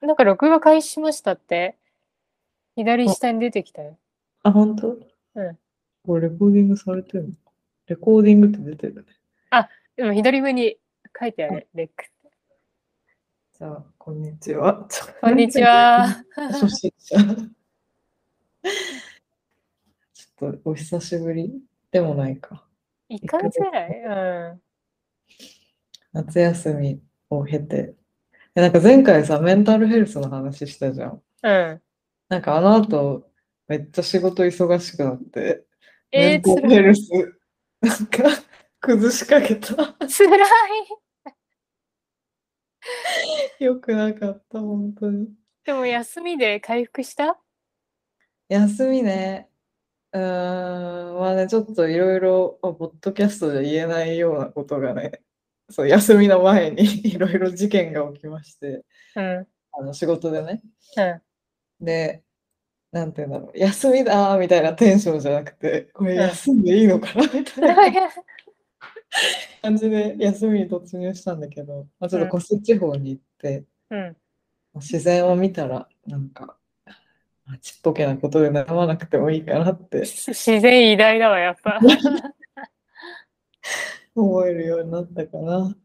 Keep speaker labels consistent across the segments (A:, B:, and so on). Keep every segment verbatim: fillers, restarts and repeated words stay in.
A: なんか録画開始しましたって、左
B: あ、
A: 下に出てきたよ。
B: あ、本当？
A: うん。
B: これレコーディングされてるのか。レコーディングって出てるね。
A: あ、でも左上に書いてあ
B: あ、
A: る、レック。
B: じゃあ、こんにちは。ちょなんか、
A: こんにちは。
B: 初心者。ちょっとお久しぶりでもないか。
A: 1
B: 1
A: ヶ
B: ヶ月。
A: 月ぐらいうん。
B: 夏休みを経て。でなんか前回さ、メンタルヘルスの話したじゃん。
A: うん。
B: なんかあの後、めっちゃ仕事忙しくなって、メ
A: えー、
B: ンタル
A: つらい。
B: ヘルス、なんか崩しかけた。
A: つらい。
B: よくなかった、本当に。
A: でも休みで回復した？
B: 休みね。うーん、まあね、ちょっといろいろ、まあポッドキャストで言えないようなことがね、そう、休みの前にいろいろ事件が起きまして、
A: うん。
B: あの仕事でね。
A: うん。
B: で、なんていうんだろう、休みだーみたいなテンションじゃなくて、これ
A: うん。
B: 休んでいいのかなみたいな感じで休みに突入したんだけど、まあ、ちょっと
A: うん。
B: 湖西地方に行って、
A: うん。
B: 自然を見たら、なんか、まあちっぽけなことで悩まなくてもいいかなって
A: 自然偉大だわ、やっぱ。
B: 思えるようになったかな。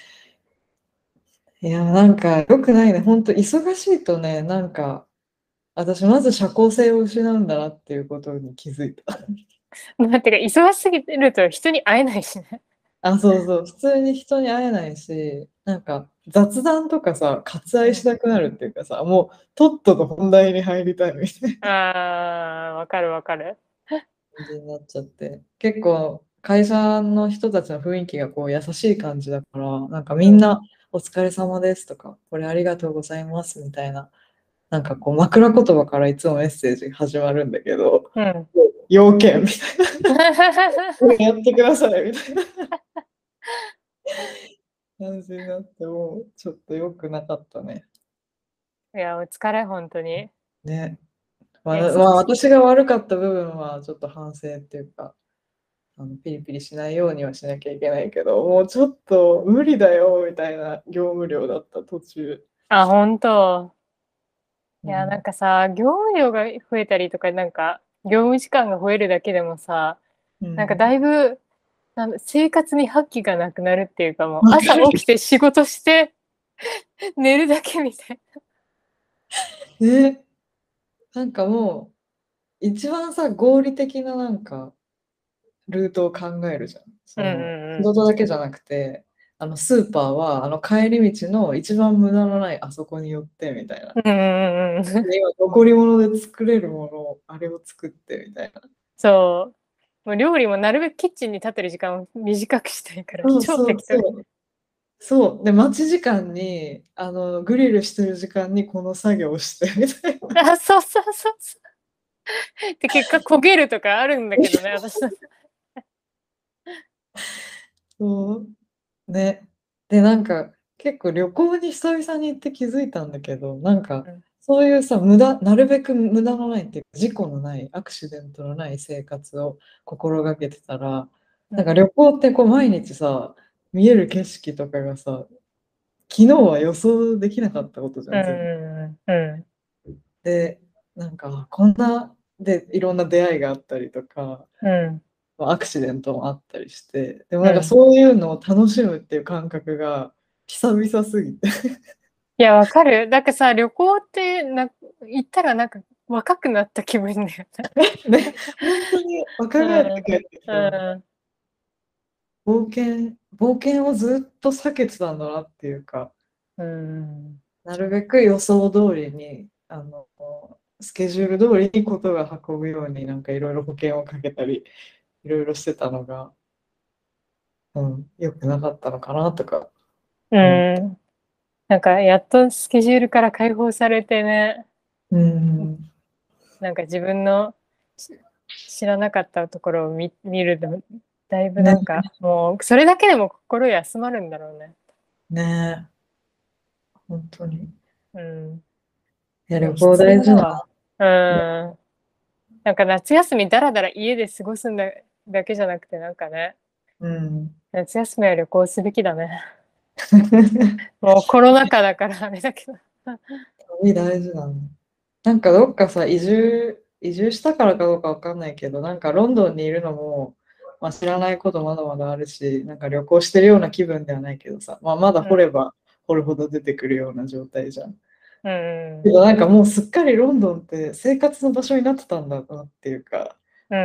B: いや、なんか良くないね。本当忙しいとね、なんか、私まず社交性を失うんだなっていうことに気づいた。
A: だってか、忙しすぎると人に会えないしね。
B: あ、そうそう。普通に人に会えないし、なんか雑談とかさ、割愛し
A: うん。
B: なくなるっていうかさ、もうとっとと本題に入りたいみたいな
A: あー、わかるわかる。
B: 感じになっちゃって。結構会社の人たちの雰囲気がこう優しい感じだから、なんかみ
A: うん。
B: んなお疲れ様ですとか、これありがとうございますみたいな、なんかこう枕言葉からいつもメッセージが始まるんだけど、
A: うん。
B: 要件みたいな、これやってくださいみたいな感じになって、もうちょっと良くなかったね。
A: いや、お疲れ、本当に。
B: ね。まあ、
A: いや、
B: まあ、私が悪かった部分はちょっと反省っていうか、あのピリピリしないようにはしなきゃいけないけど、もうちょっと無理だよみたいな業務量だった途中。
A: あ、本当。いや、なん
B: うん。
A: かさ、業務量が増えたりとか、なんか、業務時間が増えるだけでもさ、なんかだ
B: うん。
A: いぶ、なんだ生活に覇気がなくなるっていうか、もう
B: わか
A: 朝起き
B: る。
A: て仕事して寝るだけみたい
B: ね。なんかもう、一番さ、合理的ななんか、ルートを考えるじゃん。
A: な。
B: その、仕
A: うん
B: 事だけじゃなくて、あの、スーパーは、あの、帰り道の一番無駄のないあそこに寄ってみたいな。
A: うんうん。うんうんうん。
B: で今、残り物で作れるものを、あれを作ってみたいな。
A: そう。もう料理もなるべくキッチンに立ってる時間を短くしたいから、
B: そうそう
A: 超適当に。
B: そう。そう。で、待ち時間に、あの、グリルしてる時間にこの作業をしてみたいな。
A: あ、そうそうそうそう。で、結果焦げるとかあるんだけどね、私の。
B: そう。ね。で、なんか、結構旅行に久々に行って気づいたんだけど、なんか、
A: うん。
B: そういうさ、無駄、なるべく無駄のないっていうか、事故のない、アクシデントのない生活を心がけてたら、
A: うん。
B: なんか旅行ってこう毎日さ、見える景色とかがさ、昨日は予想できなかったことじゃ
A: う
B: ん、全部。
A: ん。うん。
B: で、なんか、こんな、で、いろんな出会いがあったりとか、
A: うん。
B: まあアクシデントもあったりして、でもなんか
A: うん。
B: そういうのを楽しむっていう感覚が久々すぎて。
A: いや、わかる。だからさ、旅行ってな、行ったらなんか若くなった気分だよね。
B: ね、本当に若返って
A: うん。
B: 帰ってきた。
A: うん。
B: 冒険、冒険をずっと避けてたんだなっていうか、
A: うん。
B: なるべく予想通りに、あの、スケジュール通りにことが運ぶように、なんかいろいろ保険をかけたり、いろいろしてたのが、うん、良くなかったのかなとか
A: う
B: 思って。
A: ん。なんか、やっとスケジュールから解放されてね、
B: うん、
A: なんか自分のし知らなかったところを見、見ると、だいぶ
B: ね、
A: なんか、もう、それだけでも心休まるんだろうね。
B: ね、本当に。い
A: うん。
B: や、旅行
A: もう必
B: 大事な。
A: 要だわ。うん。なんか夏休みだらだら家で過ごすんだ、だけじゃなくて、なんかね、
B: うん。
A: 夏休みは旅行すべきだね。もうコロナ禍だからあれだけど。
B: 旅大事だね。なんかどっかさ、移住、移住したからかどうかわかんないけど、なんかロンドンにいるのも、まあ、知らないことまだまだあるし、なんか旅行してるような気分ではないけどさ、まあ、まだ
A: うん。
B: 掘れば掘るほど出てくるような状態じゃん。
A: うん。
B: けどなんかもうすっかりロンドンって生活の場所になってたんだなっていうか、
A: うん。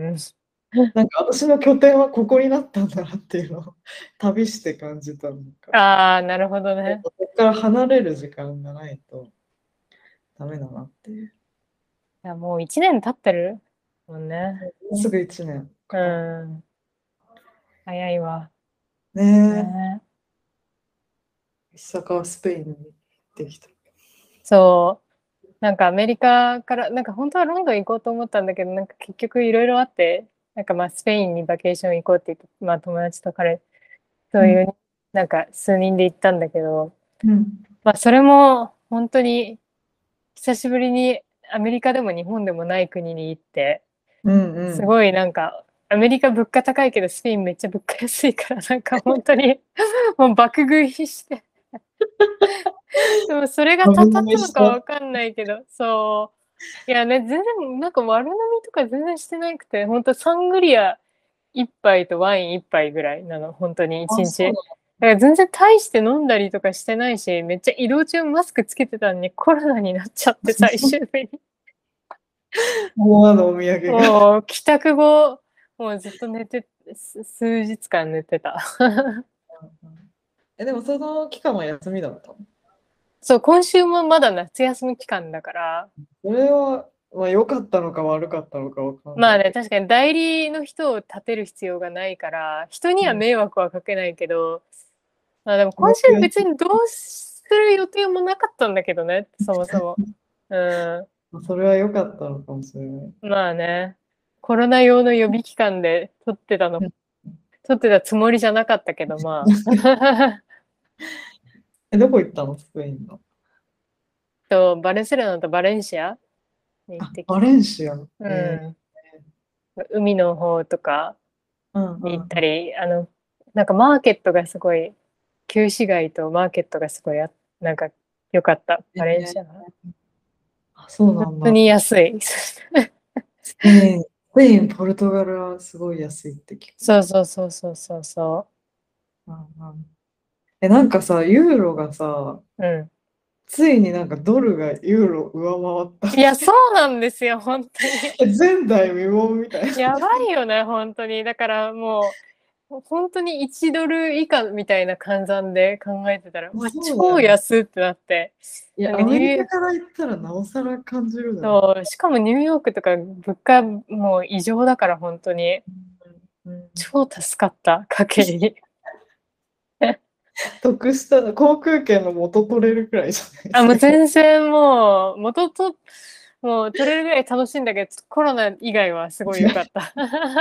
A: うん。
B: なんか私の拠点はここになったんだなっていうのを旅して感じたのか。
A: ああ、なるほどね。
B: そこから離れる時間がないとダメだなっていう。
A: いや、もう一年経ってるもんね。
B: もうすぐいちねん
A: う
B: か。
A: ん。早いわ。
B: ねえ。
A: ね。
B: 久川スペインに行ってきた。
A: そう。なんかアメリカから、なんか本当はロンドン行こうと思ったんだけど、なんか結局いろいろあって、なんかまあスペインにバケーション行こうって言って、まあ友達と彼、そ
B: うん。
A: ういう、なんか数人で行ったんだけど、
B: うん。
A: まあそれも本当に久しぶりにアメリカでも日本でもない国に行って、
B: うんうん。
A: すごいなんか、アメリカ物価高いけどスペインめっちゃ物価安いから、なんか本当にもう爆食いして、でもそれがた
B: 危
A: たったのか
B: ないした。
A: わかんないけど、そう。いやね、全然、なんか悪飲みとか全然してなくて、本当サングリア一杯とワイン一杯ぐらいなの、本当に一
B: あ、そう
A: 日。
B: な
A: だから全然大して飲んだりとかしてないし、めっちゃ移動中マスクつけてたのにコロナになっちゃって最
B: の。
A: 終日に。
B: 思わぬお土産が。
A: もう帰宅後、もうずっと寝て、す数日間寝てた。
B: え、でもその期間は休みだったの？
A: そう、今週もまだ夏休み期間だから、
B: それは、まあ、良かったのか悪かったのかわかん
A: まあね、
B: ないけど。
A: 確かに代理の人を立てる必要がないから、人には
B: うん。
A: 迷惑はかけないけど、まあでも今週
B: それは
A: 別にどうする予定もなかったんだけどね、そもそも。う
B: それは良かったのかもしれない。
A: ん。まあね、コロナ用の予備期間で取ってたの、
B: うん。
A: 取ってたつもりじゃなかったけど、まあ。
B: え、どこ行ったのスペインの？
A: と、バルセロナとバレンシアに行っ
B: あ、
A: てきた。
B: バレンシア。
A: う
B: え
A: ん。海の方とか
B: ー、うん
A: に行
B: うんうん。
A: ったり、あの、なんかマーケットがすごい、旧市街とマーケットがすごいあ、なんか良かった。
B: え
A: バレンシア
B: ー、
A: は。
B: あ、そうなんだ。
A: 普通に安い。
B: スペイン、スペイン、ポルトガルはすごい安いって聞く。
A: そうそうそうそうそうそ
B: うんうん。え、なんかさ、ユーロがさ、
A: う。う
B: ついになんかドルがユーロ上回った
A: ん。いや、そ
B: って。
A: うなんですよ、本当に。
B: 前代未聞みたいな。
A: やばいよね、本当に。だからもう、本当にいちドル以下みたいな換算で考えてたら、うわ、超
B: そうだよね。
A: 安ってなって。
B: いや、
A: なんか
B: アメリ
A: ニューヨーク
B: カから言ったらなおさら感じるだろう。
A: と、しかもニューヨークとか物価もう異常だから、本当に。
B: うんうん。
A: 超助かった、家計に。
B: 得した、航空券の元取れるくらいじゃない
A: あ、もう
B: それが。
A: 全然もう、元と、もう取れるぐらい楽しいんだけど、コロナ以外はすごい良かった。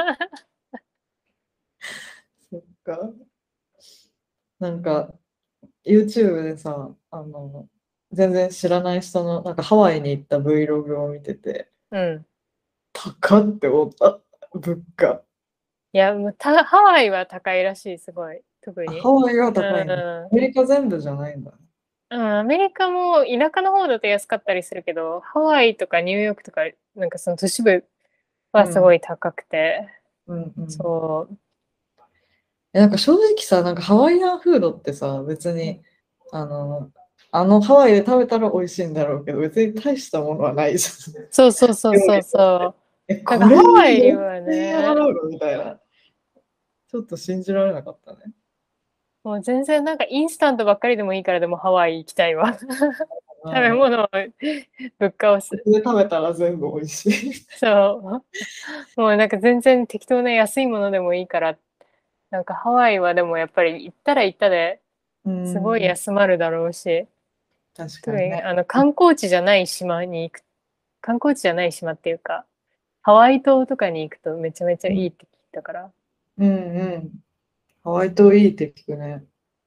B: そっか。なんか、YouTube でさ、あの、全然知らない人の、なんかハワイに行った Vlog を見てて、
A: うん。
B: 高って思った。物価。
A: いや、もうた、ハワイは高いらしい、すごい。特
B: あ、
A: に。
B: ハワイが
A: う
B: 高いんだ。
A: ん。
B: アメリカ全部じゃないんだね。
A: うん、アメリカも田舎の方だと安かったりするけど、ハワイとかニューヨークとか、なんかその都市部はすご
B: うん。
A: い高くて、
B: うんうん。
A: そ
B: え、なんか正直さ、なんかハワイアンフードってさ、別に、あの、あのハワイで食べたら美味しいんだろうけど、別に大したものはないじゃん。
A: う。そうそうそう
B: 料
A: そう
B: 理として。
A: そう。
B: え、
A: なんかハ
B: これ
A: ワイ
B: よん
A: は
B: せんえん払
A: ね、
B: うのみたいな。ちょっと信じられなかったね。
A: もう全然なんかインスタントばっかりでもいいからでもハワイ行きたいわ。食べ
B: ああ、
A: 物を物価をす、
B: ここで食べたら全部美味しい。
A: そう。もうなんか全然適当な安いものでもいいから、なんかハワイはでもやっぱり行ったら行ったで
B: う
A: すごい
B: ん、
A: 休まるだろうし、特
B: 確かにね。
A: にあの観光地じゃない島に行く、観光地じゃない島っていうか、ハワイ島とかに行くとめちゃめちゃ
B: うん、
A: いいって聞いたから。
B: うんうん。ハワイ島いいって聞くね。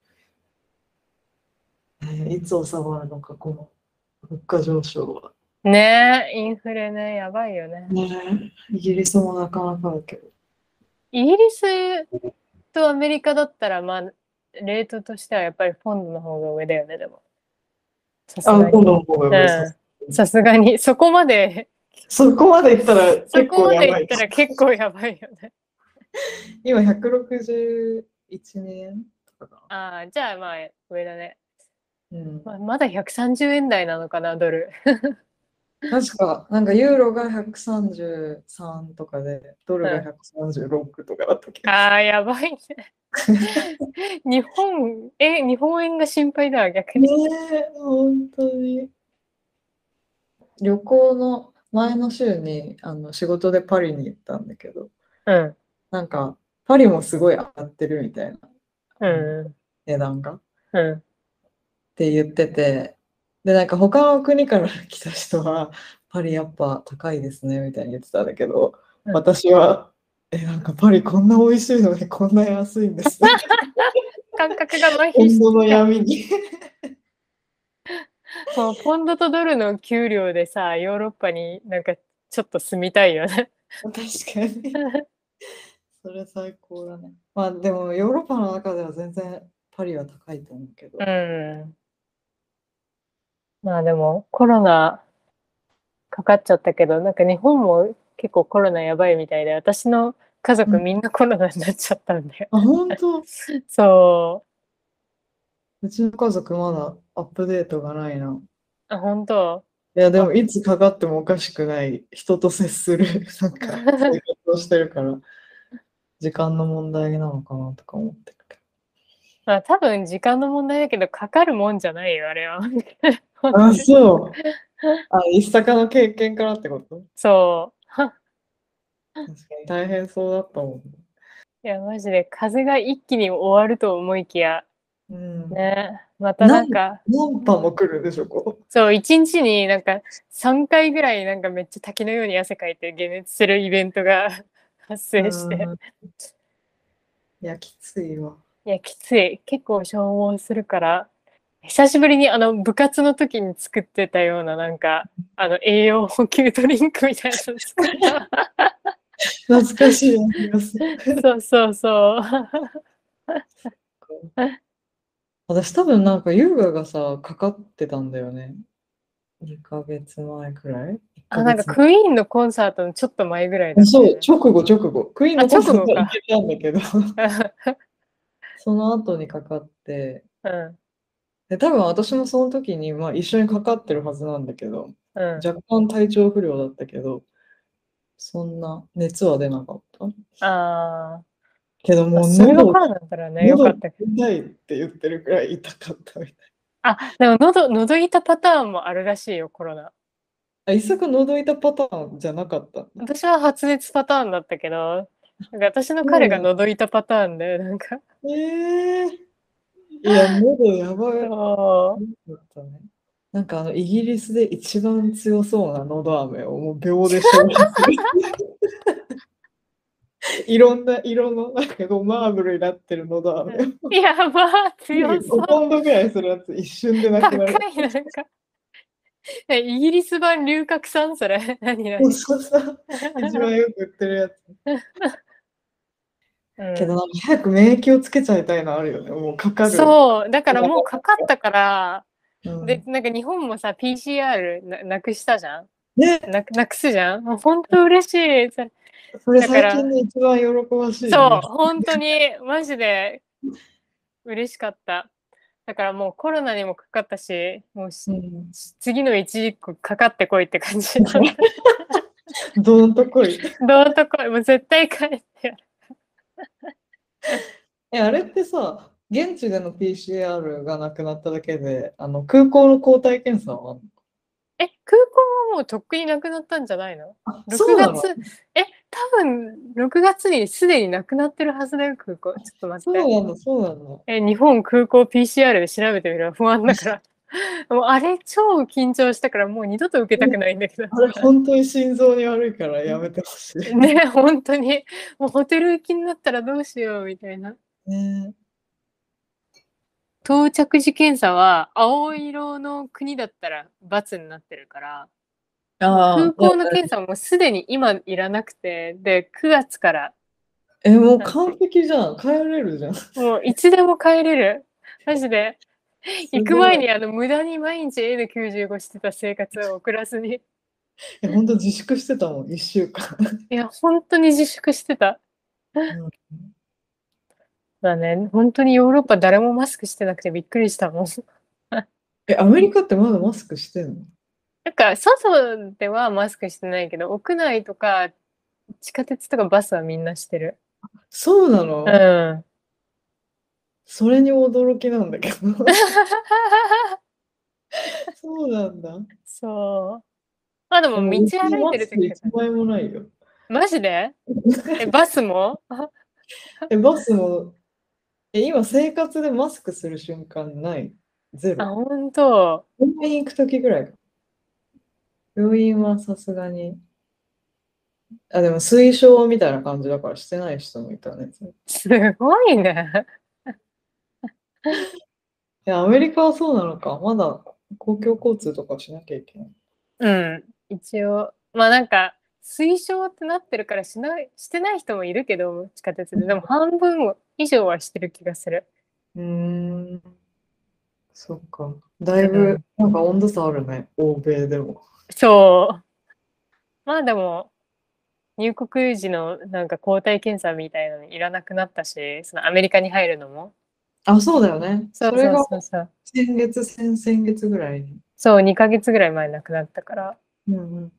B: えーいつ収まるのか、この物価上昇は。
A: ねえ、インフレね、やばいよね。
B: ねえ、イギリスもなかなかだけど。
A: イギリスとアメリカだったら、まあ、レートとしてはやっぱりポンドの方が上だよね、でも。
B: あ、
A: さすがに。
B: 今度の方が上さ
A: うん。さすがに。そこまで、
B: そこまでいったら
A: そ
B: 結
A: こまで
B: 構やばい。
A: いったら結構やばいよね。
B: 今ひゃくろくじゅういちえんとかか
A: ああ、じゃあまあ、上だね。
B: な。うん。
A: まあ、まだひゃくさんじゅうえん台なのかな、ドル。
B: 確か、なんかユーロがひゃくさんじゅうさんとかで、ドルが
A: うん。
B: ひゃくさんじゅうろくとかだった気がす
A: ああ、やばいね。日本、え、日本円が心配だわ、逆
B: る。
A: に。
B: ねえ、本当に。旅行の前の週にあの仕事でパリに行ったんだけど、
A: うん。
B: なんかパリもすごい上がってるみたいな、
A: う
B: あの
A: ん。
B: 値段がっ
A: うん。
B: て言ってて、で、なんか他の国から来た人は、パリやっぱ高いですねみたいに言ってたんだけど、
A: うん。
B: 私は、え、なんかパリこんな美味しいのにこんな安いんですね。
A: 感覚が麻痺
B: 本当の
A: して。
B: 闇に。
A: もうポンドとドルの給料でさ、ヨーロッパになんかちょっと住みたいよね。
B: 確かに。それ最高だね。まあでもヨーロッパの中では全然パリは高いと思うけ
A: う
B: ど。
A: ん。まあでもコロナかかっちゃったけど、なんか日本も結構コロナやばいみたいで、私の家
B: うん、
A: 族みんなコロナになっちゃったんだよ。
B: あ、本当。
A: そう。
B: うちの家族まだアップデートがないな。
A: あ、本当。
B: いや、で
A: あ、
B: もいつかかってもおかしくない人と接するなんか生活をしてるから、時間の問題なのかなとか思ってるけ
A: まあ、多分時間の問題だけど、かかるもんじゃないよ、あれは。本
B: ど。あ、
A: 当に。
B: そう。あ、一坂の経験からってこと？
A: そう。
B: 確かに大変そうだったもん。
A: いや、マジで風が一気に終わると思いきや、
B: うん。
A: ね、またなん
B: 何、
A: か、
B: 何波も来るでしょ、こ
A: そう、一日になんかさんかいぐらいなんかめっちゃ滝のように汗かいて解熱するイベントが発
B: う。
A: 生して、
B: うん。いや、きついわ。
A: いや、きつい。結構消耗するから、久しぶりにあの部活の時に作ってたようななんか、あの栄養補給ドリンクみたいなの作った。
B: 懐かしいな気がする。
A: そうそうそう。
B: 私多分なんか優雅がさ、かかってたんだよね。にかげつまえくらい ?いっ
A: あ、
B: ヶ月
A: なんかクイーンのコンサートのちょっと前ぐらいだ
B: 前。そう、
A: ったよね。
B: 直後直後。クイーン
A: あ、
B: のコン
A: 直
B: サートは行け
A: 後か。
B: たんだけど、その後にかかって、
A: うん、
B: で、多分私もその時に、まあ、一緒にかかってるはずなんだけど、
A: うん。
B: 若干体調不良だったけど、そんな熱は出なかった。
A: あ
B: けど
A: あ、
B: もう喉、
A: それがからだったらね、よか
B: 喉
A: ったけど。
B: 痛いって言ってるくらい痛かったみたい。
A: あ、でも喉、喉痛パターンもあるらしいよ、コロナ。
B: あ、一作喉痛パターンじゃなかったんだ。
A: 私は発熱パターンだったけど、なんか私の彼が
B: そうなんだ。
A: 喉痛パターンで、なんか、
B: ええ、いや、喉やばい。
A: そ
B: だったね。なんかあのイギリスで一番強そうな喉飴をもう秒で消費する。いろんな色のなんかこうマーブルになってる喉飴を
A: う。やばー、強そ
B: ご
A: う。
B: ポンドぐらいするやつ一瞬でなくなる。
A: 高い、なんか。え、イギリス版龍角散それ。何
B: そう
A: 何。
B: そうそう。一番よく売ってるやつ。
A: うん。
B: けどなんか早く免疫をつけちゃいたいのあるよね。もうかかる。
A: そう、だからもうかかったから、で、
B: うん、
A: なんか日本もさ、ピーシーアール な、なくしたじゃん。
B: ね、
A: なく、なくすじゃん。もう本当嬉しい。それ
B: それ
A: だから、
B: 最近で一番喜ばしいニュ
A: そう、
B: ース。
A: 本当に、マジで嬉しかった。だからもうコロナにもかかったし、もうし
B: うん、
A: 次の一時かかってこいって感じ。本当に。
B: どんとこい。
A: どうとこい、もう絶対帰ってやる。
B: え、あれってさ、現地での ピーシーアール がなくなっただけで、あの空港の抗体検査はあんの？
A: え、空港はもうとっくになくなったんじゃないの？
B: あ、そ
A: ?6
B: うなの？
A: 月、え、多分ろくがつにすでになくなってるはずだよ、空港。ちょっと待って。
B: そうなんだ、そうなんだ。
A: え、日本空港 ピーシーアール で調べてみるわ。不安だから。もうあれ超緊張したからもう二度と受けたくないんだけど。
B: あれ、本当に心臓に悪いからやめてほしい。
A: ね、本当に。もうホテル行きになったらどうしようみたいな。
B: ね。
A: 到着時検査は青色の国だったら×になってるから、もう空
B: ああ、
A: 港の検査はもうすでに今いらなくて、で、くがつから
B: え、もう
A: なんて、
B: 完璧じゃん。帰れるじゃん。
A: もういつでも帰れる。マジで。
B: す
A: 行く
B: ごい。
A: 前にあの無駄に毎日 エヌきゅうじゅうご してた生活を送らずに。
B: え、ほんと自粛してたもん、いっしゅうかん。
A: いや、本当に自粛してた。
B: うん。
A: だね、本当にヨーロッパ誰もマスクしてなくてびっくりしたもん。
B: え、アメリカってまだマスクしてんの？
A: なんか、外ではマスクしてないけど、屋内とか地下鉄とかバスはみんなしてる。
B: そうな
A: う
B: の？
A: ん。
B: それに驚きなんだけど。そうなんだ。
A: そう。まあでも道
B: でもうち
A: 歩いてる
B: マスク
A: 時とか。
B: いちまいもないよ。
A: マジで？え、バスも？
B: え、バスも、え、今生活でマスクする瞬間ない。ゼ
A: あ、
B: ロ。
A: 本当。
B: 病院行くときぐらいか。病院はさすがに。あ、でも推奨みたいな感じだからしてない人もいたね。
A: すごいね。
B: いや、アメリカはそうなのか。まだ公共交通とかしなきゃいけない。
A: うん。一応。まあなんか、推奨ってなってるからしない、してない人もいるけど、地下鉄で。でも半分以上はしてる気がする。
B: うーん、そっか。だいぶ、
A: うん。
B: なんか温度差あるね。欧米でも。
A: そう。まあでも、入国時のなんか抗体検査みたいなのいらなくなったし、そのアメリカに入るのも。
B: あ、そうだよね。
A: そうそう
B: それが
A: そうそう。
B: 先月、先々月ぐらいに。
A: そう、にかげつぐらい前なくなったから。
B: うんうん。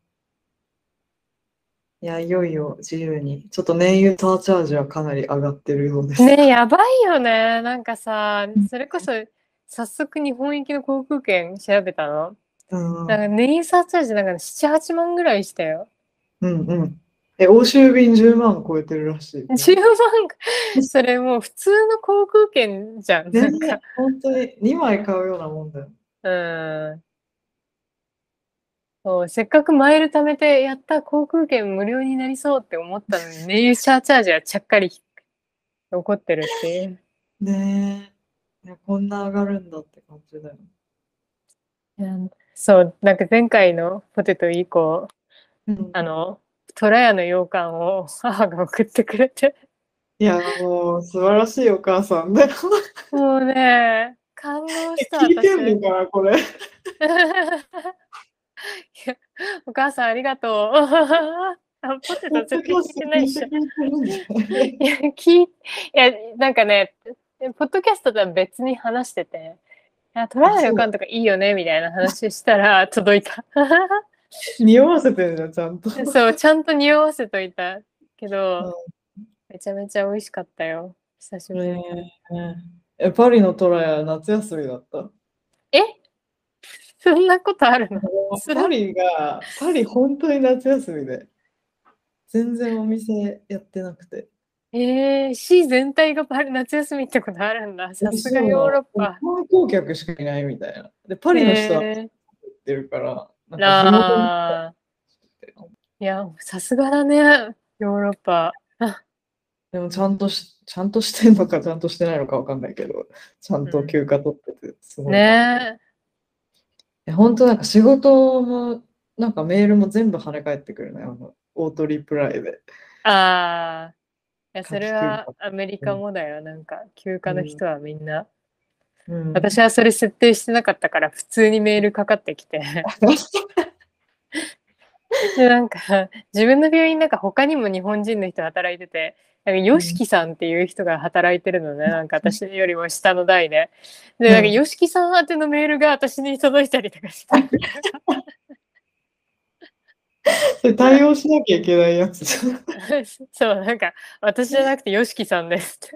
B: いや、いよいよ自由に。ちょっと燃油サーチャージはかなり上がってるようです。
A: ねえ、やばいよね。なんかさ、それこそ、早速日本行きの航空券調べたの。
B: うん、
A: なんか燃油サーチャージなんかなな、はちまんぐらいしたよ。
B: うんうん。え、欧州便じゅうまん超えてるらしい。
A: じゅうまんか、それもう普通の航空券じゃん。なんか、
B: ね、本当ににまい買うようなもんだよ。
A: うん。そう、せっかくマイル貯めてやった航空券無料になりそうって思ったのに、燃油サーチャージはちゃっかり起こってるっていう。
B: ねえ。いや、こんな上がるんだって感じだよ。
A: うん、そう、なんか前回のポテト以降、
B: うん。
A: あの、トラヤの羊羹を母が送ってくれて、
B: いや、もう素晴らしいお母さんだよ。
A: もうね、感動
B: え、
A: した
B: 聞いて
A: 私。い
B: んのかな、これ。
A: や、お母さんありがとう。あ、ポテ
B: ポッ
A: ト絶対聞い
B: ドキャスト
A: てないっしょ。
B: 聞いてくれてるんじゃない？
A: いや、聞い、いや、なんかね、ポッドキャストとは別に話してて、いや、トラ
B: あ、
A: イの予
B: そう。
A: 感とかいいよね、みたいな話したら届いた。
B: 匂わせてるじゃん、ちゃんと。
A: そう、ちゃんと匂わせといたけ
B: う
A: ど、めちゃめちゃ美味しかったよ。久し
B: ん、
A: ぶりに。
B: ねえ。え、パリのトラヤ夏休みだった。
A: え、そんなことあるの？知らん。
B: パリが、パリ本当に夏休みで、全然お店やってなくて。
A: えー、市全体がパリ夏休みってことあるんだ。さ
B: え、
A: すがヨー
B: そうなの。
A: ロッパ。
B: 観光客しかいないみたいな。で、パリの人は行
A: え
B: ってるから、なん
A: ー、
B: か地元の人
A: あー、いや、さすがだね、ヨーロッパ。
B: でもちゃんとし、ちゃんとしてんのかちゃんとしてないのかわかんないけど、ちゃん
A: うん、
B: と休暇取っててすごいなって。
A: ねえ。
B: え、本当なんか仕事も、なんかメールも全部跳ね返ってくるね。あの、オートリプライで。
A: ああ、いや、それ
B: 夏休暇。
A: はアメリカ
B: うん。
A: もだよ。なんか、休暇
B: うん。
A: の人はみんな。
B: うん。
A: 私はそれ設定してなかったから、普通にメールかかってきて。で、なんか、自分の病院なんか他にも日本人の人働いてて、なんか、ヨシ
B: うん。
A: キさんっていう人が働いてるのね。なんか私よりも下の代で。で、なんか、
B: うん。
A: ヨシキさん宛てのメールが私に届いたりとかして。
B: それ対応しなきゃいけないやつじゃん。
A: そう、なんか、私じゃなくてヨシキさんですって。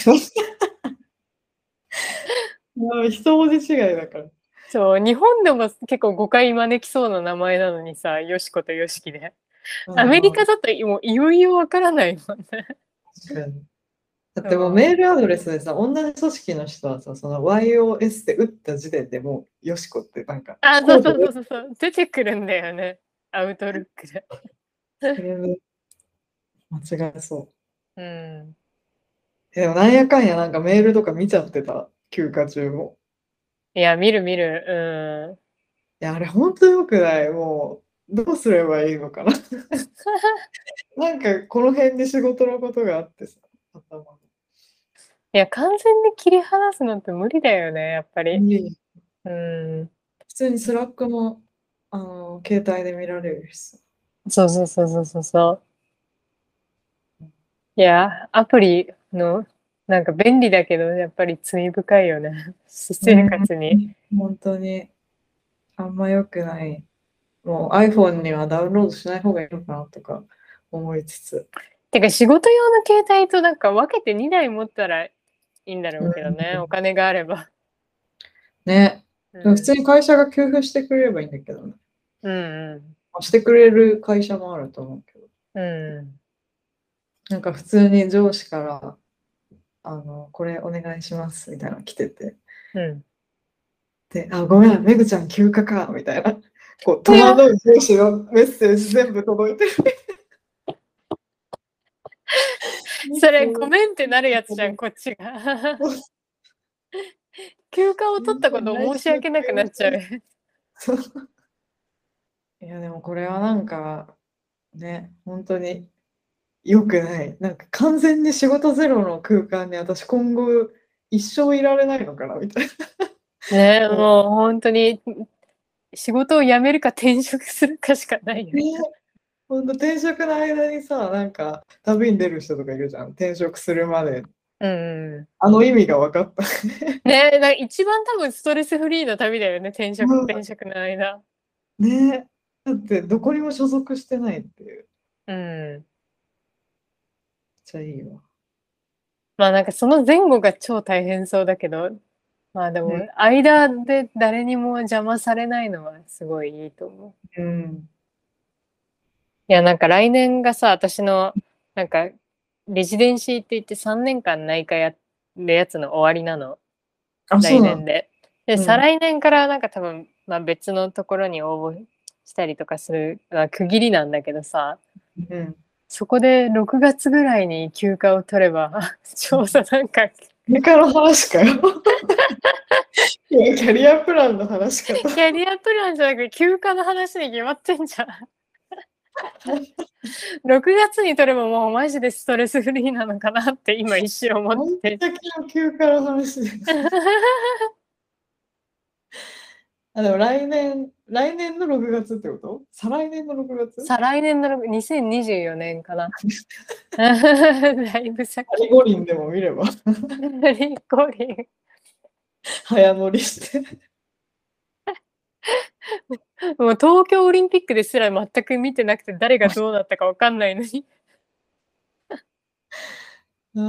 B: まあ一文字違いだから。
A: そう、日本でも結構誤解招きそうな名前なのにさ、ヨシコとヨシキで。アメリ
B: うんうん。
A: カだともういよいよわからないもんね。
B: 確かに。だってもう
A: そう。
B: メールアドレスでさ、同じ組織の人はさ、その ワイオーエス で打った時点でもう、よしこってなんか、
A: あ、そうそう
B: コードで、
A: そうそうそう。出てくるんだよね。アウトルックで。
B: それで間違えそ
A: うん。
B: う。でもなんやかんやなんかメールとか見ちゃってた、休暇中も。
A: いや、見る見る。うん。
B: いや、あれ本当良くない。もう、どうすればいいのかな。なんかこの辺に仕事のことがあってさ、頭の。
A: いや、完全に切り離すのって無理だよね、やっぱり。
B: 普
A: うん。
B: 通にスラックも、あの、携帯で見られるしさ。
A: そうそうそうそうそうそう。いや、アプリの、なんか便利だけど、やっぱり罪深いよね。私生活に。
B: うん、本当に、あんま良くない。もう iPhone にはダウンロードしない方がいいのかなとか思いつつ。
A: てか仕事用の携帯となんか分けてにだい持ったらいいんだろうけどね、お
B: うん、
A: 金があれば。
B: ね。
A: うん。
B: 普通に会社が給付してくれればいいんだけどね。
A: うんう
B: してくれる会社もあると思うけど。
A: ん。うん。
B: なんか普通に上司から、あの、これお願いしますみたいなの来てて。
A: うん。
B: で、あ、ごめん、めぐちゃん休暇か、みたいな。こう、戸
A: いや、
B: 惑う上司のメッセージ全部届いてる。
A: それごめんってなるやつじゃん、こっちが。休暇を取ったことを申し訳なくなっちゃう。
B: いや、でもこれはなんか、ね、本当に良くない。なんか完全に仕事ゼロの空間に私今後一生いられないのかなみたい
A: ね、
B: な。も
A: もう本当に仕事を辞めるか転職するかしかないよ。
B: うね、本当転職の間にさ、なんか旅に出る人とかいるじゃん。転職するまで。
A: うんうん。
B: あの意味が分かった。
A: ね、なんか一番多分ストレスフリーな旅だよね、転職、
B: うん、
A: 転職の間。
B: ね、だってどこにも所属してないっていう。めっ
A: うん。
B: ちゃいいわ。
A: まあなんかその前後が超大変そうだけど、まあで
B: うん。
A: も間で誰にも邪魔されないのはすごいいいと思う。
B: うん。
A: いやなんか来年がさ、私のなんかレジデンシーって言ってさんねんかん内科やるやつの終わりなの。
B: あ、そうなの。
A: 来年で。で、
B: うん。
A: 再来年からなんか多分、まあ別のところに応募したりとかする、まあ、区切りなんだけどさ、
B: うん。
A: そこでろくがつぐらいに休暇を取れば、ちょうどなんか、
B: 目から話かよ。いや、キャリアプランの話かと。
A: キャリアプランじゃなくて休暇の話に決まってんじゃん。ろくがつに取ればもうマジでストレスフリーなのかなって今一瞬思っ
B: 完
A: て。
B: 璧な休暇の話です。あ、でも来年、来年のろくがつってこと？再来年のろくがつ？
A: 再来年のにせんにじゅうよねんかな。だいぶ先。
B: パリ五輪でも見れば
A: リコリン。
B: 早乗りして。
A: もう東京オリンピックですら全く見てなくて誰がどうなったかわかんないのに。
B: うん。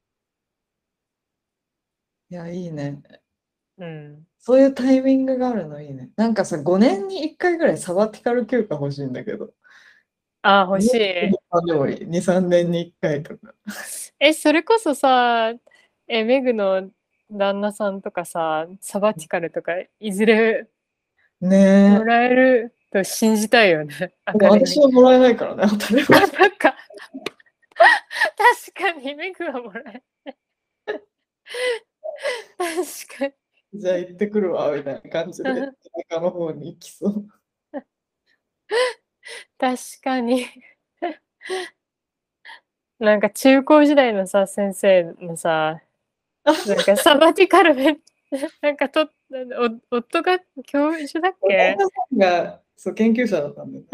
B: いや、いいね。
A: うん。
B: そういうタイミングがあるのいいね。なんかさ、ごねんにいっかいぐらいサバティカル休暇欲しいんだけど。
A: あ、欲しい。
B: でもいい。に、さんねんにいっかいとか。
A: え、それこそさ、え、メグの旦那さんとかさ、サバティカルとかいずれ
B: ね
A: も
B: え。
A: らえると信じたいよね。ア
B: でも
A: カデミー。
B: 私はもらえないからね、当たり
A: あ、
B: 前。
A: そっか。確かにメグはもらえ。確かに。
B: じゃあ行ってくるわ、みたいな感じで、田舎の方に行きそう。
A: 確かに。なんか中高時代のさ、先生のさ、なんかサバティカルめ、なんかと、お夫が教授だっけ？
B: 旦那さんがそう研究者だったんだよね。
A: うん。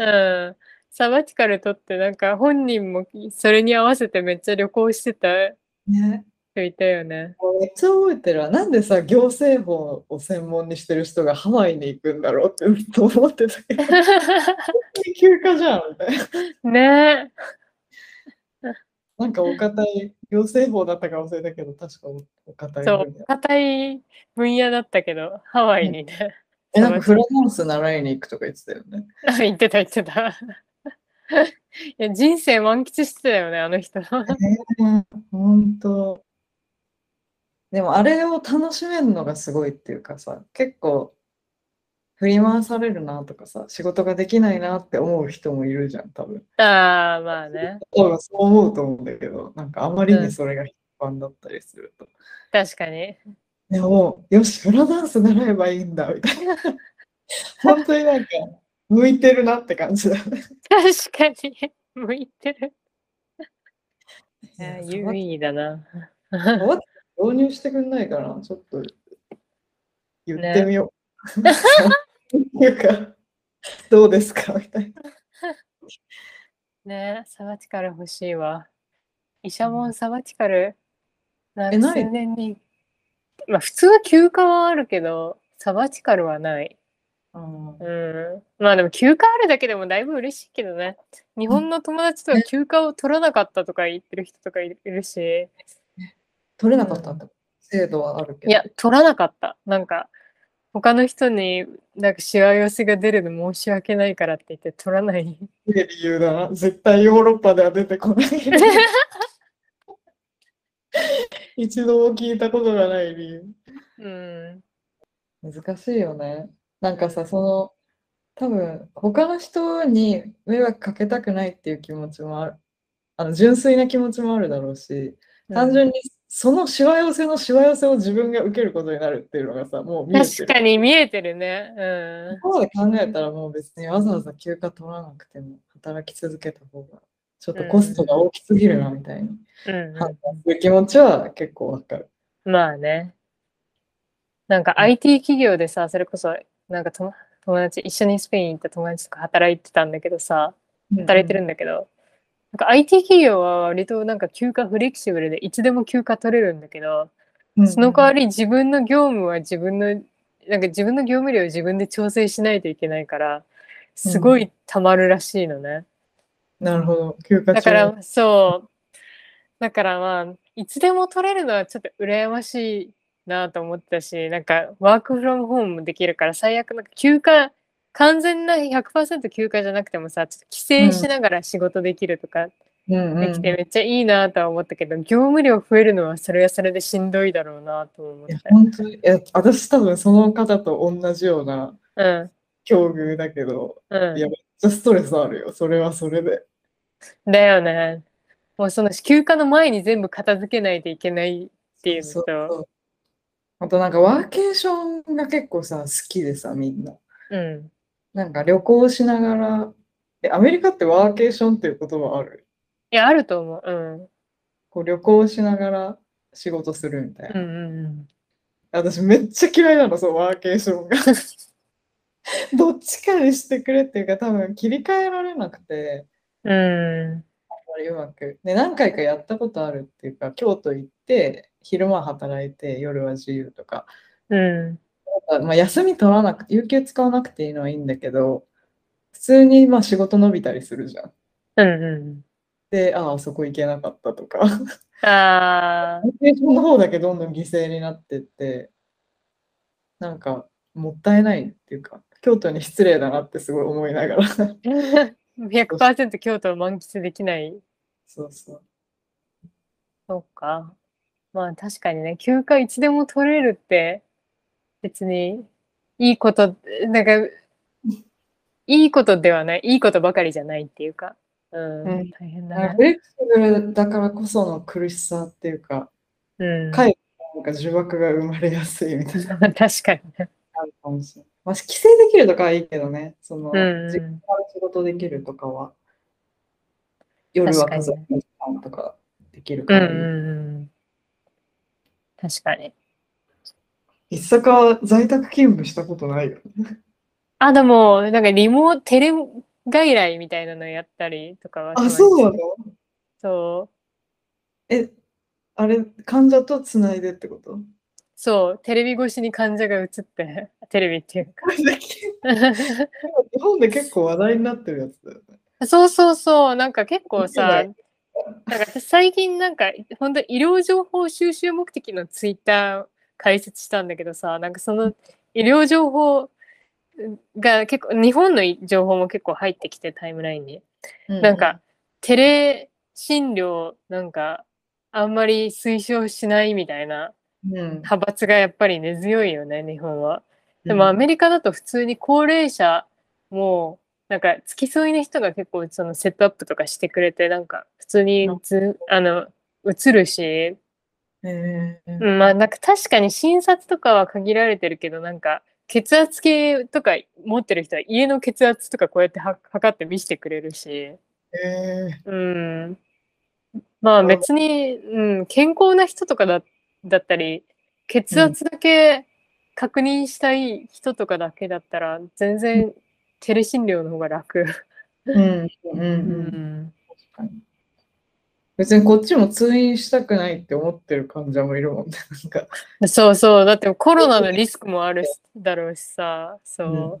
A: サバティカル取ってなんか本人もそれに合わせてめっちゃ旅行してた
B: ね。
A: 人いたよね。
B: めっちゃ覚えてるわ。なんでさ、行政法を専門にしてる人がハワイに行くんだろうってずっと思ってたけど、休暇じゃんみたいな。
A: ねえ。
B: なんかお堅い、行政法だったか忘れたけど、確かお堅い
A: そう、
B: 分野。
A: 硬い分野だったけど、ハワイ
B: ね、
A: にね、
B: え、
A: サバティ、
B: なんかフラダンス習いに行くとか言ってたよね。
A: 言ってた言ってた。いや、人生満喫してたよね、あの人。
B: ね、本当。でもあれを楽しめるのがすごいっていうかさ、結構振り回されるなとかさ、仕事ができないなって思う人もいるじゃん、多分。
A: ああ、まあね。
B: 多分そう思うと思うんだけど、なんかあまり
A: うん、
B: にそれが一般だったりすると。
A: 確かに。
B: でも、よし、フラダンス習えばいいんだ、みたいな。本当になんか、向いてるなって感じだね。
A: 確かに、向いてる。いや、
B: いや、サバ、
A: 有意義だな。
B: サバチカル導入してくんないかな、ちょっと言って
A: ね。
B: みよう。さっていうか、どうですかみたいな。
A: ね、サバチカル欲しいわ。イシャモ
B: うん
A: ンサバチカル、なん
B: え、
A: か
B: ない
A: 数年に、まあ普通は休暇はあるけど、サバチカルはない。
B: あー
A: うん。まあでも休暇あるだけでもだいぶ嬉しいけどね。日本の友達とか
B: え
A: 休暇を取らなかったとか言ってる人とかいるし、
B: 取れなかったん
A: うん。
B: だ。制度はあるけど。
A: いや、取らなかった。なんか、他の人になんかしわ寄せが出るの申し訳ないからって言って取らない。
B: すげえ理由だな。絶対ヨーロッパでは出てこない理由。一度も聞いたことがない理由。
A: うん。
B: 難しいよね。なんかさ、その、多分、他の人に迷惑かけたくないっていう気持ちもある。あの、純粋な気持ちもあるだろうし、
A: うん。
B: 単純にそのしわ寄せのしわ寄せを自分が受けることになるっていうのがさ、もう見えて
A: 確か
B: る。
A: に見えてるね。う
B: ここまで考えたらもう別にわざわざ休暇取らなくても働き続けた方がちょっ
A: ん。
B: とコストが
A: うん。
B: 大きすぎるなみたいに
A: うん。
B: 判
A: うん。
B: 断する気持ちは結構わかる。
A: まあね。なんか
B: うん
A: アイティー 企業でさ、それこそ、なんかと友達、一緒にスペイン行った友達とか働いてたんだけどさ、働いてる
B: うん
A: んだけど、なんか アイティー 企業は割となんか休暇フレキシブルでいつでも休暇取れるんだけど、
B: うんう
A: その代わ
B: ん
A: り自分の業務は自分の、なんか自分の業務量を自分で調整しないといけないから、すご
B: うん
A: い溜まるらしいのね。
B: なるほど。休暇中に。
A: だから、そう、だからまあ、いつでも取れるのはちょっと羨ましいなと思ったし、なんかワークフロムホームもできるから最悪なんか休暇、完全なひゃくパーセント休暇じゃなくてもさ、ちょっと帰省し
B: うん
A: ながら仕事できるとか
B: うん
A: できて
B: うん。
A: めっちゃいいなとは思ったけど、業務量増えるのはそれはそれでしんどいだろうなと思っ
B: いや、
A: て。
B: 本当に、いや、私多分その方と同じような
A: うん、
B: 境遇だけど、いや、
A: うん。
B: めっちゃストレスあるよ。それはそれで。
A: だよね。もうその休暇の前に全部片付けないといけないっていうの
B: そうそう
A: と、
B: そう。あとなんかワーケーションが結構さ、好きでさ、みんな。
A: うん。
B: なんか旅行しながら、え、アメリカってワーケーションっていう言葉ある？
A: いや、あると思う。うん。
B: こう旅行しながら仕事するみたい
A: うん
B: な。
A: うんうん。
B: 私めっちゃ嫌いなの、そう、ワーケーションが。どっちかにしてくれっていうか、多分切り替えられなくて、
A: うん。
B: あまりうまく。で、何回かやったことあるっていうか、京都行って、昼間働いて、夜は自由とか。
A: うん。
B: まあ、休み取らなくて、有給使わなくていいのはいいんだけど、普通にまあ仕事伸びたりするじゃん。
A: うんうん。
B: で、ああ、そこ行けなかったとか。
A: ああ、
B: モチベーションの方だけどんどん犠牲になってって、なんかもったいないっていうか、京都に失礼だなってすごい思いながらそう
A: ひゃくパーセント京都を満喫できない。
B: そうそう。
A: そうか。まあ確かにね、休暇いつでも取れるって別にいいこと、なんかいいことではない、いいことばかりじゃないっていうか、うん、
B: うん。
A: 大変だ
B: なんか
A: ね。
B: フレキシブルだからこその苦しさっていうか、
A: うん。
B: かえってなんか呪縛が生まれやすいみたいなの
A: 確かにね。
B: があるかもしれない。まあ、帰省できるとかはいいけどね、そ
A: う
B: の、実家
A: んうん。
B: から仕事できるとかは、夜は家
A: 確かにね。
B: 族の時間とかできる
A: うん
B: からいい。
A: うんうん。確かに。
B: 一坂は在宅勤務したことないよ。
A: あ、でも、なんかリモ、テレ外来みたいなのやったりとかはし
B: あ、
A: ました。
B: そうなの？
A: そう。
B: え、あれ、患者とつないでってこと？
A: そう、テレビ越しに患者が映って、テレビっていうか。
B: 日本で結構話題になってるやつだよね。
A: そうそうそう、なんか結構さ、
B: 見てない。
A: なんか私最近なんか、本当医療情報収集目的のツイッター開設したんだけどさ、なんかその医療情報が結構、日本の情報も結構入ってきてタイムラインに。なんか、
B: うん
A: テレ診療なんか、あんまり推奨しないみたいな
B: うん。うん。
A: 派閥がやっぱり根強いよね、日本は。でもア
B: うん
A: メリカだと普通に高齢者も、なんか付き添いの人が結構そのセットアップとかしてくれて、なんか普通にず、あの、映るし、
B: えー、
A: うん、まあなんか確かに診察とかは限られてるけど、なんか血圧計とか持ってる人は家の血圧とかこうやっては測って見せてくれるし、
B: えー、
A: うん。 まあ別に、うん、健康な人とかだだったり、血圧だけ確認したい人とかだけだったら、全然テレ診療の方が楽。
B: うんうんう
A: うんん。
B: 確かに。別にこっちも通院したくないって思ってる患者もいるもんね。なんか、
A: そうそう、だってコロナのリスクもあるしだろうしさ、
B: うん
A: そう。